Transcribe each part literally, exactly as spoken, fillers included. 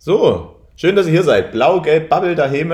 So, schön, dass ihr hier seid. Blau-Gelb Bubble daheim.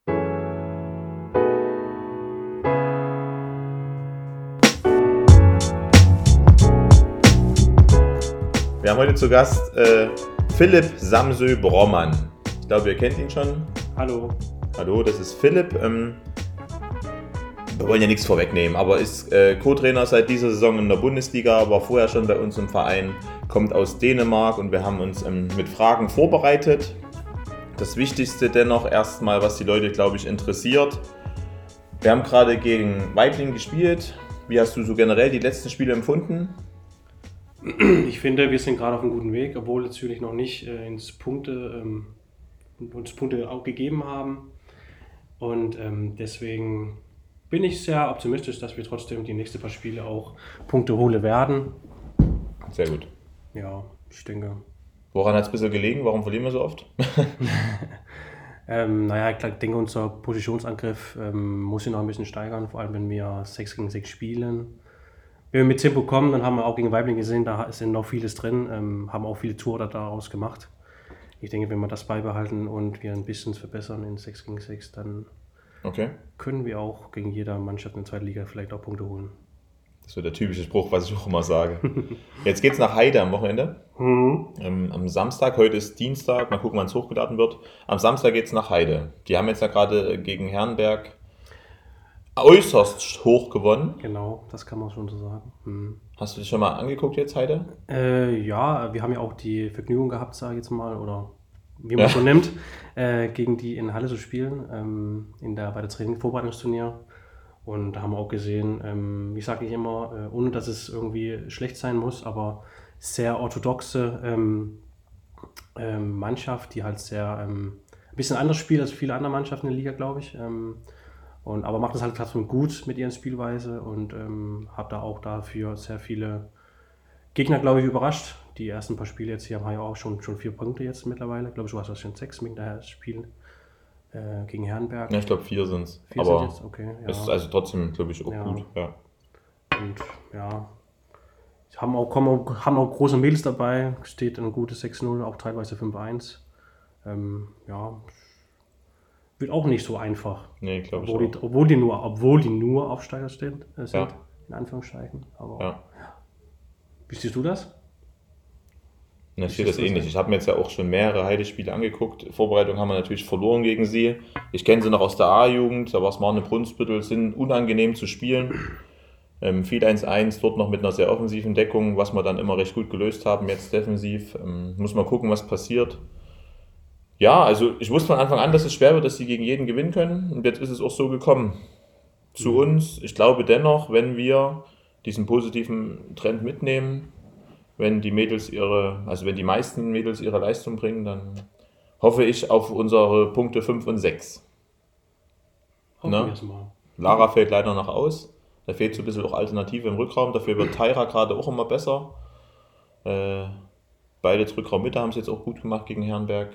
Wir haben heute zu Gast äh, Philipp Samsö Brommann. Ich glaube, ihr kennt ihn schon. Hallo. Hallo, das ist Philipp. Ähm, wir wollen ja nichts vorwegnehmen, aber ist äh, Co-Trainer seit dieser Saison in der Bundesliga, war vorher schon bei uns im Verein, kommt aus Dänemark und wir haben uns ähm, mit Fragen vorbereitet. Das Wichtigste dennoch erstmal, was die Leute, glaube ich, interessiert. Wir haben gerade gegen Waiblingen gespielt. Wie hast du so generell die letzten Spiele empfunden? Ich finde, wir sind gerade auf einem guten Weg, obwohl natürlich noch nicht äh, ins Punkte, ähm, uns Punkte auch gegeben haben. Und ähm, deswegen bin ich sehr optimistisch, dass wir trotzdem die nächsten paar Spiele auch Punkte holen werden. Sehr gut. Ja, ich denke. Woran hat es ein bisschen gelegen? Warum verlieren wir so oft? ähm, naja, ich denke, unser Positionsangriff ähm, muss sich noch ein bisschen steigern, vor allem wenn wir sechs gegen sechs spielen. Wenn wir mit Tempo kommen, dann haben wir auch gegen Waiblingen gesehen, da ist noch vieles drin, ähm, haben auch viele Tore daraus gemacht. Ich denke, wenn wir das beibehalten und wir ein bisschen verbessern in sechs gegen sechs, dann okay. können wir auch gegen jede Mannschaft in der zweiten Liga vielleicht auch Punkte holen. Das ist so der typische Spruch, was ich auch immer sage. Jetzt geht's nach Heide am Wochenende. Mhm. Ähm, am Samstag, heute ist Dienstag, mal gucken, wann es hochgeladen wird. Am Samstag geht's nach Heide. Die haben jetzt ja gerade gegen Herrenberg äußerst hoch gewonnen. Genau, das kann man schon so sagen. Mhm. Hast du dich schon mal angeguckt jetzt, Heide? Äh, ja, wir haben ja auch die Vergnügung gehabt, sage ich jetzt mal, oder wie man es ja so nennt, äh, gegen die in Halle zu spielen, ähm, in der, bei der Training-Vorbereitungsturnier. Und da haben wir auch gesehen, ähm, ich sage nicht immer, äh, ohne dass es irgendwie schlecht sein muss, aber sehr orthodoxe ähm, ähm, Mannschaft, die halt sehr ähm, ein bisschen anders spielt als viele andere Mannschaften in der Liga, glaube ich. Ähm, und, aber macht es halt trotzdem gut mit ihren Spielweise und ähm, habe da auch dafür sehr viele Gegner, glaube ich, überrascht. Die ersten paar Spiele jetzt hier haben ja auch schon, schon vier Punkte jetzt mittlerweile. Ich glaube, du hast das schon sechs mit daher Spielen äh, gegen Herrenberg. Ja, ich glaube vier sind es. Vier Aber sind jetzt, okay. Ja. es ist also trotzdem, glaube ich, auch Ja. gut. Ja. Und ja, haben auch, kommen auch, haben auch große Mädels dabei. Steht ein gutes sechs null, auch teilweise fünf eins. Ähm, ja, wird auch nicht so einfach. Nee, glaube ich Obwohl auch. die, obwohl, die nur, obwohl die nur Aufsteiger sind, äh, sind Ja. in Anführungszeichen. Aber Ja. wie siehst du das? Ja, ich Ist sehe das das so ähnlich. sein? Ich habe mir jetzt ja auch schon mehrere Heidespiele angeguckt. Vorbereitung haben wir natürlich verloren gegen sie. Ich kenne sie noch aus der A-Jugend, da war es Marne Brunsbüttel, sind unangenehm zu spielen. Ähm, viel eins eins, dort noch mit einer sehr offensiven Deckung, was wir dann immer recht gut gelöst haben, jetzt defensiv. Ähm, muss mal gucken, was passiert. Ja, also ich wusste von Anfang an, dass es schwer wird, dass sie gegen jeden gewinnen können. Und jetzt ist es auch so gekommen. Zu Mhm. uns, ich glaube dennoch, wenn wir diesen positiven Trend mitnehmen, wenn die Mädels ihre, also wenn die meisten Mädels ihre Leistung bringen, dann hoffe ich auf unsere Punkte fünf und sechs. Hoffen Ne? wir es mal. Lara fällt leider noch aus. Da fehlt so ein bisschen auch Alternative im Rückraum. Dafür wird Tyra gerade auch immer besser. Äh, beide Rückraummitte haben es jetzt auch gut gemacht gegen Herrenberg.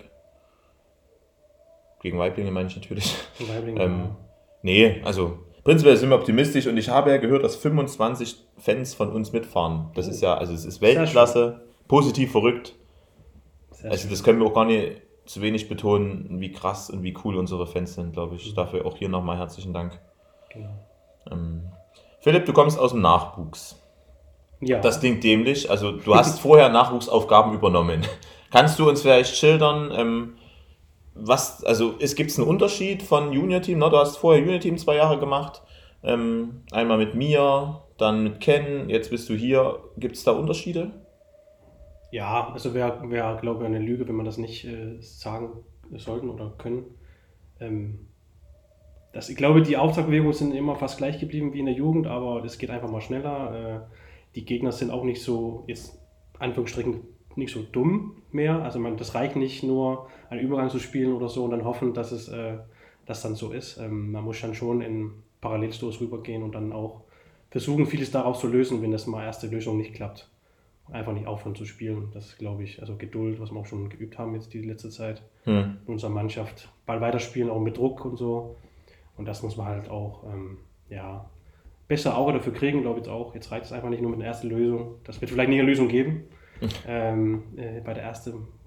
Gegen Waiblingen meine ich natürlich. Waiblingen, Ähm, ja. nee, also prinzipiell sind wir optimistisch und ich habe ja gehört, dass fünfundzwanzig Fans von uns mitfahren. Das ist ja, also es ist Sehr Weltklasse, positiv verrückt. Sehr Also schön. das können wir auch gar nicht zu wenig betonen, wie krass und wie cool unsere Fans sind, glaube ich. Dafür auch hier nochmal herzlichen Dank. Genau. Ähm, Philipp, du kommst aus dem Nachwuchs. Ja, Das klingt dämlich. Also du hast vorher Nachwuchsaufgaben übernommen. Kannst du uns vielleicht schildern, ähm, was, also es gibt einen Unterschied von Junior-Team, ne? Du hast vorher Junior-Team zwei Jahre gemacht. Ähm, einmal mit mir, dann mit Ken, jetzt bist du hier. Gibt es da Unterschiede? ja, also wäre, wär, glaube ich, eine Lüge, wenn man das nicht äh, sagen sollten oder können. Ähm, das, ich glaube, die Auftaktbewegungen sind immer fast gleich geblieben wie in der Jugend, aber es geht einfach mal schneller. Äh, die Gegner sind auch nicht so, jetzt Anführungsstrichen, nicht so dumm mehr. Also man, das reicht nicht nur, einen Übergang zu spielen oder so und dann hoffen, dass es äh, das dann so ist. Ähm, man muss dann schon in Parallelstoß rübergehen und dann auch versuchen, vieles daraus zu lösen, wenn das mal erste Lösung nicht klappt. Einfach nicht aufhören zu spielen. Das ist, glaube ich, also Geduld, was wir auch schon geübt haben jetzt die letzte Zeit Hm. in unserer Mannschaft. Ball weiterspielen, auch mit Druck und so. Und das muss man halt auch, ähm, ja, besser Auge dafür kriegen, glaube ich jetzt auch. Jetzt reicht es einfach nicht nur mit einer ersten Lösung. Das wird vielleicht nie eine Lösung geben. ähm, äh, bei der ersten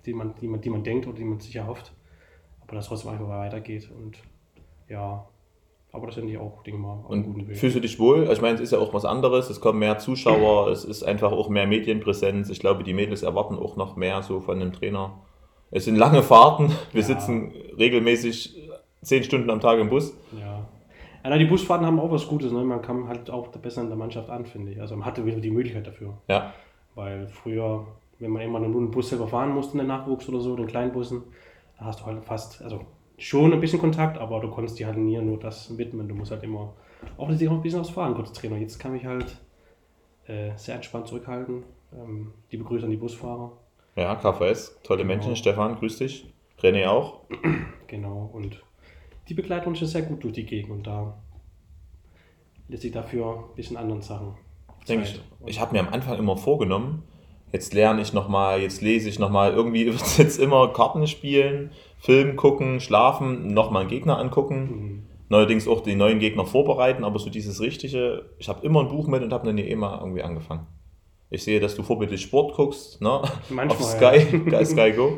die man, die man, die man denkt oder die man sich erhofft. Aber dass trotzdem einfach weitergeht. Und ja, aber das finde ich auch, denke ich mal, auf einem guten Und Weg. fühlst du dich wohl? Also ich meine, es ist ja auch was anderes, es kommen mehr Zuschauer, es ist einfach auch mehr Medienpräsenz. Ich glaube, die Mädels erwarten auch noch mehr so von dem Trainer. Es sind lange Fahrten, wir Ja. sitzen regelmäßig zehn Stunden am Tag im Bus. Ja. Ja, na, die Busfahrten haben auch was Gutes, ne? Man kam halt auch besser in der Mannschaft an, finde ich. Also man hatte wieder die Möglichkeit dafür. Ja, Weil früher, wenn man immer nur einen Bus selber fahren musste, in den Nachwuchs oder so, den kleinen Bussen, da hast du halt fast, also schon ein bisschen Kontakt, aber du konntest dir halt nie nur das widmen. Du musst halt immer auch dich auch ein bisschen aufs Fahren konzentrieren. Und jetzt kann ich halt äh, sehr entspannt zurückhalten. Ähm, die Begrüße an die Busfahrer. ja, K V S, tolle Genau. Menschen. Stefan, grüß dich. René auch. Genau. Und die begleiten uns schon sehr gut durch die Gegend. Und da lässt sich dafür ein bisschen anderen Sachen Denke ich, Zeit. ich habe mir am Anfang immer vorgenommen, jetzt lerne ich nochmal, jetzt lese ich nochmal, irgendwie wird es jetzt immer Karten spielen, Film gucken, schlafen, nochmal einen Gegner angucken, Mhm. neuerdings auch die neuen Gegner vorbereiten, aber so dieses Richtige, ich habe immer ein Buch mit und habe dann nie immer irgendwie angefangen. Ich sehe, dass du vorbildlich Sport guckst, ne? Manchmal, Auf Sky, ja. Sky Go.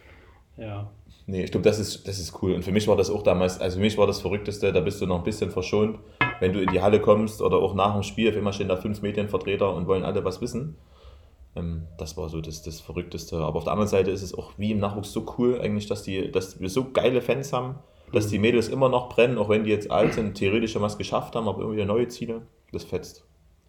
Ja. Nee, ich glaube, das ist, das ist cool. Und für mich war das auch damals, also für mich war das Verrückteste, da bist du noch ein bisschen verschont, wenn du in die Halle kommst oder auch nach dem Spiel, auf einmal stehen da fünf Medienvertreter und wollen alle was wissen. Ähm, das war so das, das Verrückteste. Aber auf der anderen Seite ist es auch wie im Nachwuchs so cool eigentlich, dass, die, dass wir so geile Fans haben, dass die Mädels immer noch brennen, auch wenn die jetzt alt sind, theoretisch schon was geschafft haben, aber irgendwie neue Ziele, das fetzt.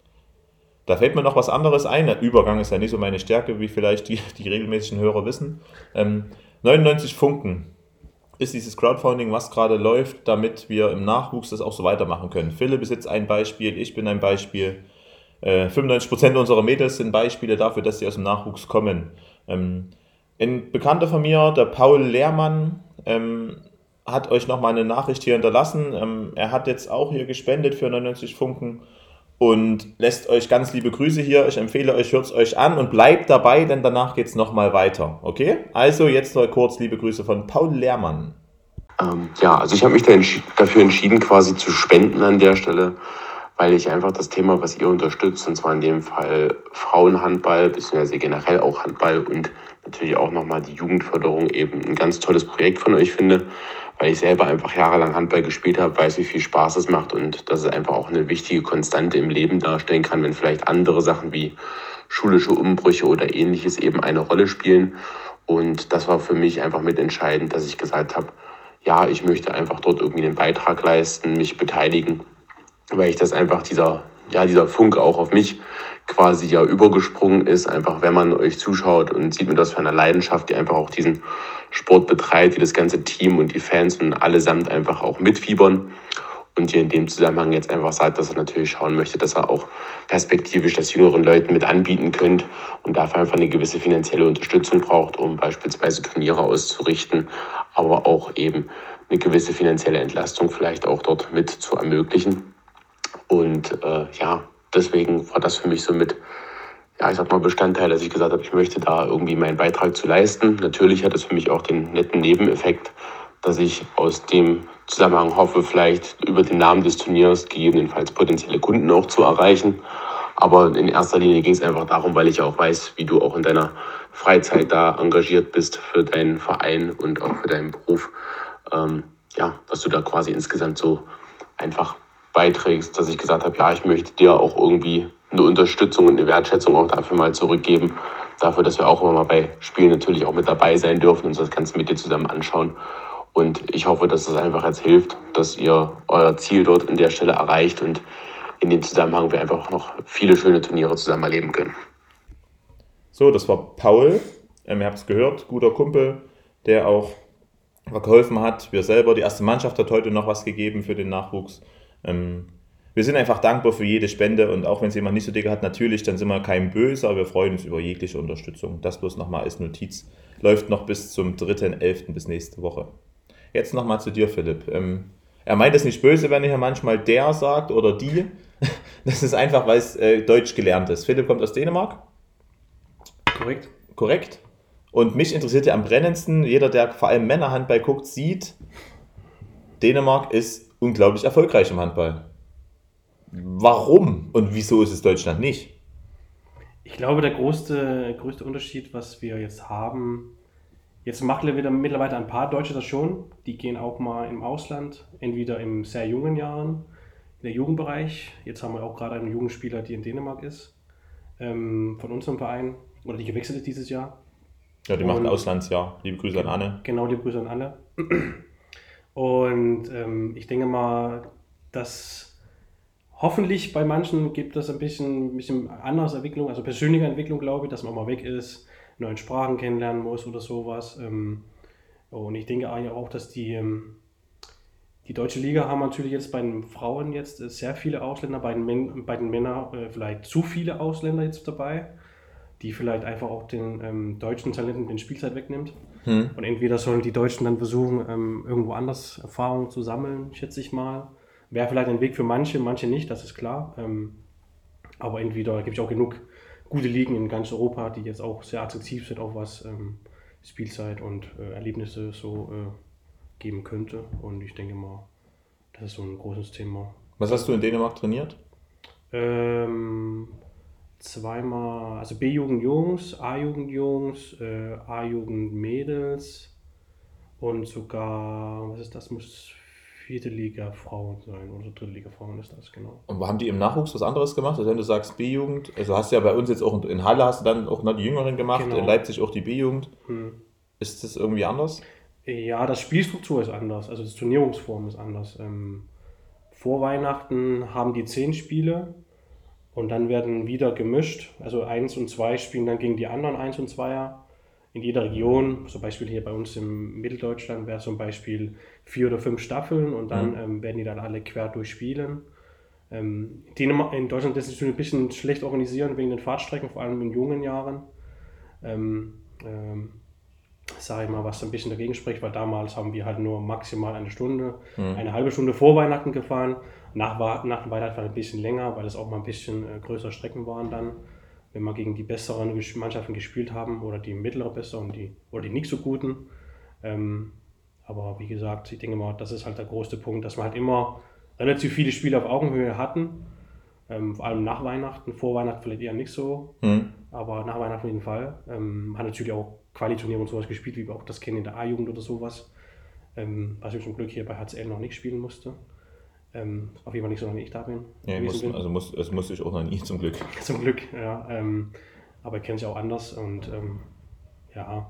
Da fällt mir noch was anderes ein. Der Übergang ist ja nicht so meine Stärke, wie vielleicht die, die regelmäßigen Hörer wissen. Ähm, neunundneunzig Funken ist dieses Crowdfunding, was gerade läuft, damit wir im Nachwuchs das auch so weitermachen können. Philipp ist jetzt ein Beispiel, ich bin ein Beispiel. Äh, fünfundneunzig Prozent unserer Mädels sind Beispiele dafür, dass sie aus dem Nachwuchs kommen. Ähm, ein Bekannter von mir, der Paul Lehrmann, ähm, hat euch nochmal eine Nachricht hier hinterlassen. Ähm, er hat jetzt auch hier gespendet für neunundneunzig Funken und lässt euch ganz liebe Grüße hier. Ich empfehle euch, hört es euch an und bleibt dabei, denn danach geht es nochmal weiter. Okay? Also jetzt noch kurz liebe Grüße von Paul Lehrmann. Ähm, ja, also ich habe mich da entsch- dafür entschieden, quasi zu spenden an der Stelle, weil ich einfach das Thema, was ihr unterstützt, und zwar in dem Fall Frauenhandball, beziehungsweise generell auch Handball und natürlich auch nochmal die Jugendförderung, eben ein ganz tolles Projekt von euch finde, weil ich selber einfach jahrelang Handball gespielt habe, weiß, wie viel Spaß es macht und dass es einfach auch eine wichtige Konstante im Leben darstellen kann, wenn vielleicht andere Sachen wie schulische Umbrüche oder ähnliches eben eine Rolle spielen. Und das war für mich einfach mitentscheidend, dass ich gesagt habe, ja, ich möchte einfach dort irgendwie einen Beitrag leisten, mich beteiligen, weil ich das einfach dieser, ja, dieser Funke auch auf mich quasi ja übergesprungen ist, einfach wenn man euch zuschaut und sieht mit was für einer Leidenschaft, die einfach auch diesen Sport betreibt, wie das ganze Team und die Fans und allesamt einfach auch mitfiebern. Und ihr in dem Zusammenhang jetzt einfach sagt, dass er natürlich schauen möchte, dass er auch perspektivisch das jüngeren Leuten mit anbieten könnt und dafür einfach eine gewisse finanzielle Unterstützung braucht, um beispielsweise Turniere auszurichten, aber auch eben eine gewisse finanzielle Entlastung vielleicht auch dort mit zu ermöglichen. Und äh, ja, deswegen war das für mich so mit, ja, ich sag mal, Bestandteil, dass ich gesagt habe, ich möchte da irgendwie meinen Beitrag zu leisten. Natürlich hat es für mich auch den netten Nebeneffekt, dass ich aus dem Zusammenhang hoffe, vielleicht über den Namen des Turniers gegebenenfalls potenzielle Kunden auch zu erreichen. Aber in erster Linie ging es einfach darum, weil ich auch weiß, wie du auch in deiner Freizeit da engagiert bist für deinen Verein und auch für deinen Beruf. Ähm, ja, was du da quasi insgesamt so einfach beiträgst, dass ich gesagt habe, ja, ich möchte dir auch irgendwie eine Unterstützung und eine Wertschätzung auch dafür mal zurückgeben. Dafür, dass wir auch immer mal bei Spielen natürlich auch mit dabei sein dürfen und uns das Ganze mit dir zusammen anschauen. Und ich hoffe, dass es einfach jetzt hilft, dass ihr euer Ziel dort an der Stelle erreicht und in dem Zusammenhang wir einfach noch viele schöne Turniere zusammen erleben können. So, das war Paul. Ähm, ihr habt es gehört, guter Kumpel, der auch geholfen hat. Wir selber, die erste Mannschaft hat heute noch was gegeben für den Nachwuchs. Ähm, wir sind einfach dankbar für jede Spende und auch wenn es jemand nicht so dick hat, natürlich, dann sind wir kein Böse, aber wir freuen uns über jegliche Unterstützung. Das bloß nochmal als Notiz. Läuft noch bis zum dritten elften bis nächste Woche. Jetzt nochmal zu dir, Philipp. Ähm, er meint es nicht böse, wenn er manchmal der sagt oder die. Das ist einfach, weil es äh, Deutsch gelernt ist. Philipp kommt aus Dänemark. Korrekt. Korrekt. Und mich interessiert ja am brennendsten, jeder, der vor allem Männerhandball guckt, sieht, Dänemark ist unglaublich erfolgreich im Handball. Warum und wieso ist es Deutschland nicht? Ich glaube, der größte, größte Unterschied, was wir jetzt haben, Jetzt machen wieder mittlerweile ein paar Deutsche das schon. Die gehen auch mal im Ausland, entweder in sehr jungen Jahren, in der Jugendbereich. Jetzt haben wir auch gerade einen Jugendspieler, die in Dänemark ist, ähm, von unserem Verein, oder die gewechselt ist dieses Jahr. Ja, die Und macht ein Auslandsjahr. Liebe Grüße an Anne. Genau, liebe Grüße an alle. Und ähm, ich denke mal, dass hoffentlich bei manchen gibt es ein bisschen, ein bisschen andere Entwicklung, also persönliche Entwicklung, glaube ich, dass man auch mal weg ist, neue Sprachen kennenlernen muss oder sowas. Ähm, und ich denke eigentlich auch, dass die, ähm, die deutsche Liga haben natürlich jetzt bei den Frauen jetzt äh, sehr viele Ausländer, bei den, Män bei den Männern äh, vielleicht zu viele Ausländer jetzt dabei, die vielleicht einfach auch den ähm, deutschen Talenten den Spielzeit wegnimmt. Hm. Und entweder sollen die Deutschen dann versuchen, ähm, irgendwo anders Erfahrungen zu sammeln, schätze ich mal. Wäre vielleicht ein Weg für manche, manche nicht, das ist klar. Ähm, aber entweder gibt es auch genug gute Ligen in ganz Europa, die jetzt auch sehr attraktiv sind, auch was ähm, Spielzeit und äh, Erlebnisse so äh, geben könnte. Und ich denke mal, das ist so ein großes Thema. Was hast du in Dänemark trainiert? Ähm, zweimal, also B-Jugend Jungs, A-Jugend Jungs, äh, A-Jugend Mädels und sogar, was ist das, muss vierte Liga Frauen sein oder dritte Liga Frauen ist das, genau. Und haben die im Nachwuchs was anderes gemacht? Also wenn du sagst B-Jugend, also hast du ja bei uns jetzt auch in Halle hast du dann auch noch die Jüngeren gemacht, genau. In Leipzig auch die B-Jugend. Hm. Ist das irgendwie anders? Ja, das Spielstruktur ist anders, also die Turnierungsform ist anders. Ähm, vor Weihnachten haben die zehn Spiele. Und dann werden wieder gemischt, also eins und zwei spielen dann gegen die anderen eins und zweier in jeder Region. Zum Beispiel hier bei uns im Mitteldeutschland wäre zum Beispiel vier oder fünf Staffeln und dann mhm. ähm, werden die dann alle quer durchspielen. Ähm, Dänemark, in Deutschland ist es ein bisschen schlecht organisieren wegen den Fahrtstrecken, vor allem in jungen Jahren. Ähm, ähm, sage ich mal, was ein bisschen dagegen spricht, weil damals haben wir halt nur maximal eine Stunde, mhm. eine halbe Stunde vor Weihnachten gefahren. Nach, nach Weihnachten war ein bisschen länger, weil es auch mal ein bisschen äh, größere Strecken waren dann, wenn wir gegen die besseren Mannschaften gespielt haben oder die mittlere besser und die oder die nicht so guten. Ähm, aber wie gesagt, ich denke mal, das ist halt der größte Punkt, dass wir halt immer relativ viele Spiele auf Augenhöhe hatten. Ähm, vor allem nach Weihnachten, vor Weihnachten vielleicht eher nicht so, mhm. aber nach Weihnachten auf jeden Fall. Ähm, hat natürlich auch Quali-Turniere und sowas gespielt, wie wir auch das kennen in der A-Jugend oder sowas, ähm, was ich zum Glück hier bei H C L noch nicht spielen musste. Ähm, auf jeden Fall nicht, solange ich da bin. Ja, muss, bin. Also muss, das musste ich auch noch nie, zum Glück. Zum Glück, ja. Ähm, aber ich kenne es ja auch anders und ähm, ja,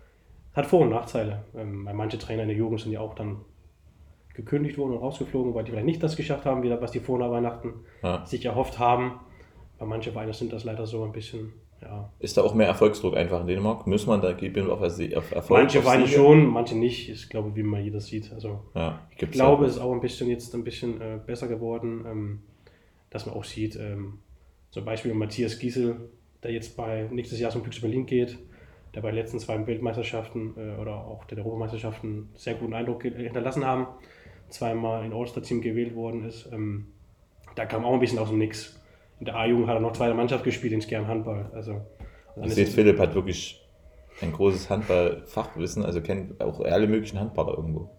hat Vor- und Nachteile. Ähm, weil manche Trainer in der Jugend sind ja auch dann gekündigt worden und rausgeflogen, weil die vielleicht nicht das geschafft haben, wieder, was die vor Weihnachten ja. sich erhofft haben. Bei manchen Vereinen sind das leider so ein bisschen, ja. Ist da auch mehr Erfolgsdruck einfach in Dänemark? Muss man da geben auf Erfolg? Manche Vereine schon, manche nicht. Ich glaube, wie man jeder sieht. Also ja, ich glaube, es ist auch ein bisschen jetzt ein bisschen äh, besser geworden, ähm, dass man auch sieht, ähm, zum Beispiel Matthias Giesel, der jetzt bei nächstes Jahr zum Glück zu Berlin geht, der bei den letzten zwei Weltmeisterschaften äh, oder auch der Europameisterschaften sehr guten Eindruck hinterlassen haben, zweimal in All-Star-Team gewählt worden ist. Ähm, da kam auch ein bisschen aus dem Nix. In der A-Jugend hat er noch zweite Mannschaft gespielt, in Skjern Handball. Also, ihr seht, Philipp hat wirklich ein großes Handball-Fachwissen, also kennt auch alle möglichen Handballer irgendwo.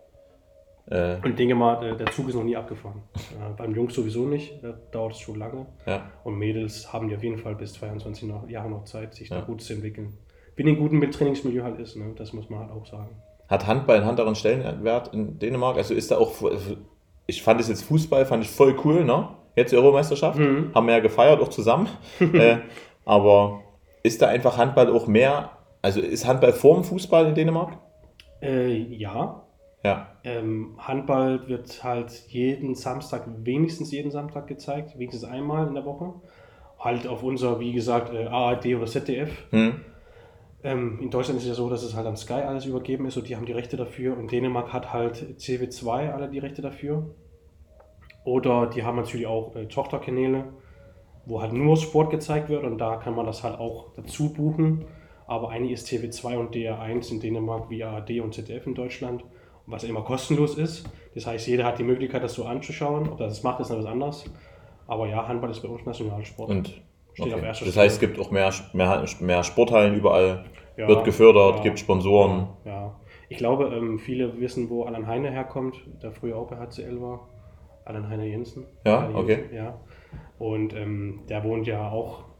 Äh, Und ich denke mal, der, der Zug ist noch nie abgefahren. äh, beim Jungs sowieso nicht, da dauert es schon lange. Ja. Und Mädels haben die auf jeden Fall bis zweiundzwanzig Jahre noch Zeit, sich ja. da gut zu entwickeln. Wie ein guten Trainingsmilieu halt ist, ne? Das muss man halt auch sagen. Hat Handball einen anderen Stellenwert in Dänemark? Also ist da auch, ich fand es jetzt Fußball, fand ich voll cool, ne? Jetzt die Europameisterschaft, mhm. haben wir ja gefeiert, auch zusammen. äh, aber ist da einfach Handball auch mehr, also ist Handball vorm Fußball in Dänemark? Äh, ja. ja. Ähm, Handball wird halt jeden Samstag, wenigstens jeden Samstag gezeigt, wenigstens einmal in der Woche. Halt auf unser, wie gesagt, äh, A R D oder Z D F. Mhm. Ähm, in Deutschland ist es ja so, dass es halt an Sky alles übergeben ist und die haben die Rechte dafür. Und Dänemark hat halt C W zwei alle die Rechte dafür. Oder die haben natürlich auch äh, Tochterkanäle, wo halt nur Sport gezeigt wird und da kann man das halt auch dazu buchen. Aber eigentlich ist T V zwei und D R eins in Dänemark wie A R D und Z D F in Deutschland, was immer kostenlos ist. Das heißt, jeder hat die Möglichkeit, das so anzuschauen. Ob er das macht, ist noch was anderes. Aber ja, Handball ist bei uns Nationalsport. Und steht okay. auf erster Das Stelle. Heißt, es gibt auch mehr, mehr, mehr Sporthallen überall, ja, wird gefördert, ja, gibt Sponsoren. Ja, ja. Ich glaube, ähm, viele wissen, wo Allan Heine herkommt, der früher auch bei H C L war. Allan Heine Jensen. Ja, okay. Ja. Und ähm, der wohnt ja auch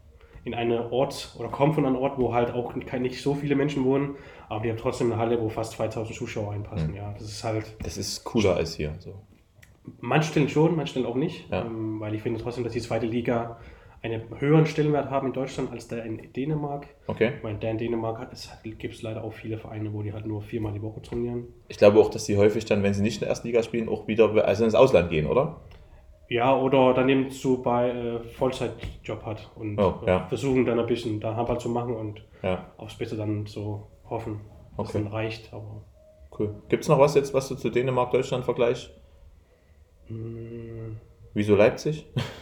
in einen Ort oder kommen von einem Ort, wo halt auch nicht so viele Menschen wohnen, aber die haben trotzdem eine Halle, wo fast zweitausend Zuschauer reinpassen. Mhm. Ja, das ist halt. Das ist cooler als hier. So. Manche Stellen schon, manche Stellen auch nicht, ja. ähm, weil ich finde trotzdem, dass die zweite Liga einen höheren Stellenwert haben in Deutschland als der in Dänemark. Okay. Weil der in Dänemark hat, es gibt es leider auch viele Vereine, wo die halt nur viermal die Woche trainieren. Ich glaube auch, dass die häufig dann, wenn sie nicht in der ersten Liga spielen, auch wieder also ins Ausland gehen, oder? Ja, oder dann eben zu bei äh, Vollzeitjob hat und oh, ja. äh, versuchen dann ein bisschen da Handball zu machen und ja. aufs Beste dann so hoffen, dass okay. es dann reicht. Aber cool. Gibt es noch was jetzt, was du zu Dänemark-Deutschland vergleichst? Hm. Wieso Leipzig?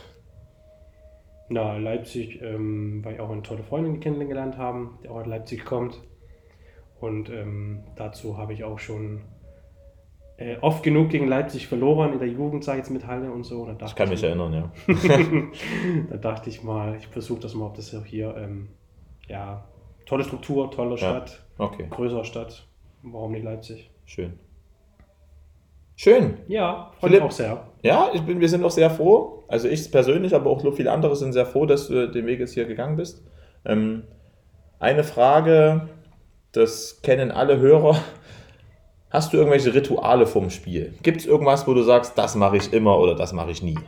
Na, Leipzig, ähm, weil ich auch eine tolle Freundin kennengelernt haben, die auch aus Leipzig kommt. Und ähm, dazu habe ich auch schon äh, oft genug gegen Leipzig verloren in der Jugend, sage ich jetzt mit Halle und so. Da ich kann mich mal, erinnern, ja. Da dachte ich mal, ich versuche das mal, ob das auch hier, ähm, ja, tolle Struktur, tolle Stadt, ja. okay. größere Stadt. Warum nicht Leipzig? Schön. Schön. Ja, freut mich auch sehr. Ja, ich bin, wir sind auch sehr froh. Also ich persönlich, aber auch viele andere sind sehr froh, dass du den Weg jetzt hier gegangen bist. Ähm, eine Frage, das kennen alle Hörer. Hast du irgendwelche Rituale vom Spiel? Gibt es irgendwas, wo du sagst, das mache ich immer oder das mache ich nie?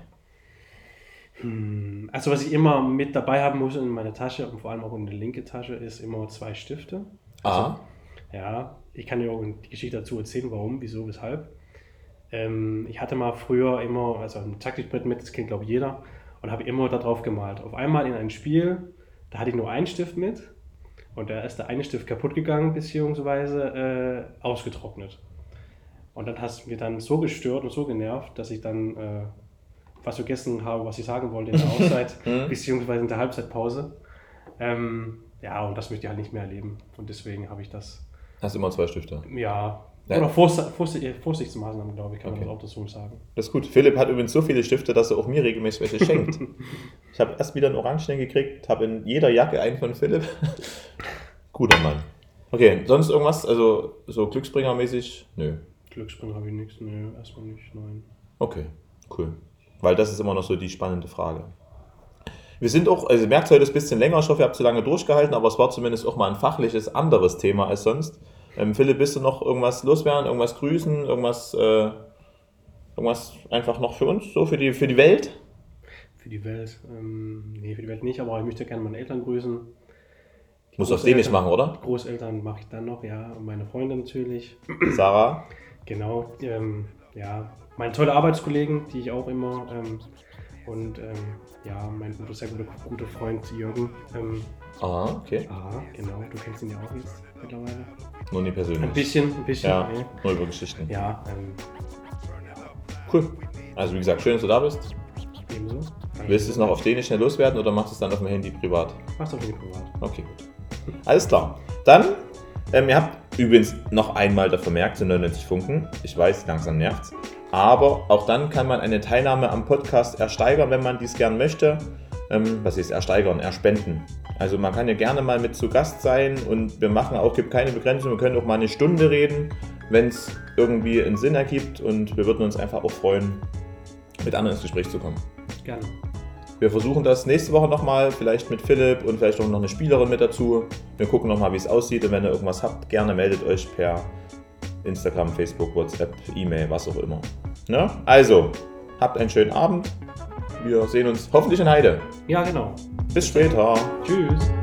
Hm, also was ich immer mit dabei haben muss in meiner Tasche und vor allem auch in der linken Tasche, ist immer zwei Stifte. Also, ah. Ja, ich kann dir auch die Geschichte dazu erzählen, warum, wieso, weshalb. Ähm, ich hatte mal früher immer, also ein Taktikbrett mit, das kennt glaube ich jeder, und habe immer da drauf gemalt. Auf einmal in einem Spiel, da hatte ich nur einen Stift mit und da ist der eine Stift kaputt gegangen, beziehungsweise äh, ausgetrocknet. Und dann hast du mir dann so gestört und so genervt, dass ich dann äh, was vergessen habe, was ich sagen wollte in der Auszeit, beziehungsweise in der Halbzeitpause. Ähm, ja, und das möchte ich halt nicht mehr erleben. Und deswegen habe ich das. Hast du immer zwei Stifte? Ja. Ja. Oder Vorsicht, Vorsicht, Vorsichtsmaßnahmen, glaube ich, kann okay. man das auch so sagen. Das ist gut. Philipp hat übrigens so viele Stifte, dass er auch mir regelmäßig welche schenkt. Ich habe erst wieder einen Orangenen gekriegt, habe in jeder Jacke einen von Philipp. Guter Mann. Okay, sonst irgendwas, also so Glücksbringer-mäßig? Nö. Glücksbringer habe ich nichts, nö, erstmal nicht, nein. Okay, cool. Weil das ist immer noch so die spannende Frage. Wir sind auch, also ihr merkt heute ein bisschen länger, ich hoffe, ihr habt zu lange durchgehalten, aber es war zumindest auch mal ein fachliches, anderes Thema als sonst. Ähm, Philipp, bist du noch irgendwas loswerden, irgendwas grüßen, irgendwas, äh, irgendwas einfach noch für uns, so für die, für die Welt? Für die Welt? Ähm, nee, für die Welt nicht, aber ich möchte gerne meine Eltern grüßen. Muss auf Dänisch machen, oder? Großeltern mache ich dann noch, ja, und meine Freunde natürlich. Sarah? Genau, ähm, ja, meine tolle Arbeitskollegen, die ich auch immer, ähm, und ähm, ja, mein guter, sehr guter, guter Freund Jürgen. Ähm, ah, okay. Ah, genau, du kennst ihn ja auch jetzt mittlerweile. Nur nie persönlich. Ein bisschen, ein bisschen. Ja, nee. nur über Geschichten. Ja, ähm, cool. Also wie gesagt, schön, dass du da bist. Ebenso. Willst du es noch auf Dänisch schnell loswerden oder machst du es dann auf dem Handy privat? Mach's auf dem Handy privat. Okay, gut. Alles klar. Dann, ähm, ihr habt übrigens noch einmal da vermerkt, sind neunundneunzig Funken. Ich weiß, langsam nervt's. Aber auch dann kann man eine Teilnahme am Podcast ersteigern, wenn man dies gern möchte. Ähm, was ist ersteigern? Erspenden. Also man kann ja gerne mal mit zu Gast sein und wir machen auch, gibt keine Begrenzung, wir können auch mal eine Stunde reden, wenn es irgendwie einen Sinn ergibt und wir würden uns einfach auch freuen, mit anderen ins Gespräch zu kommen. Gerne. Wir versuchen das nächste Woche nochmal, vielleicht mit Philipp und vielleicht auch noch eine Spielerin mit dazu. Wir gucken nochmal, wie es aussieht und wenn ihr irgendwas habt, gerne meldet euch per Instagram, Facebook, WhatsApp, E-Mail, was auch immer. Ne? Also, habt einen schönen Abend. Wir sehen uns hoffentlich in Heide. Ja, genau. Bis später. Tschüss.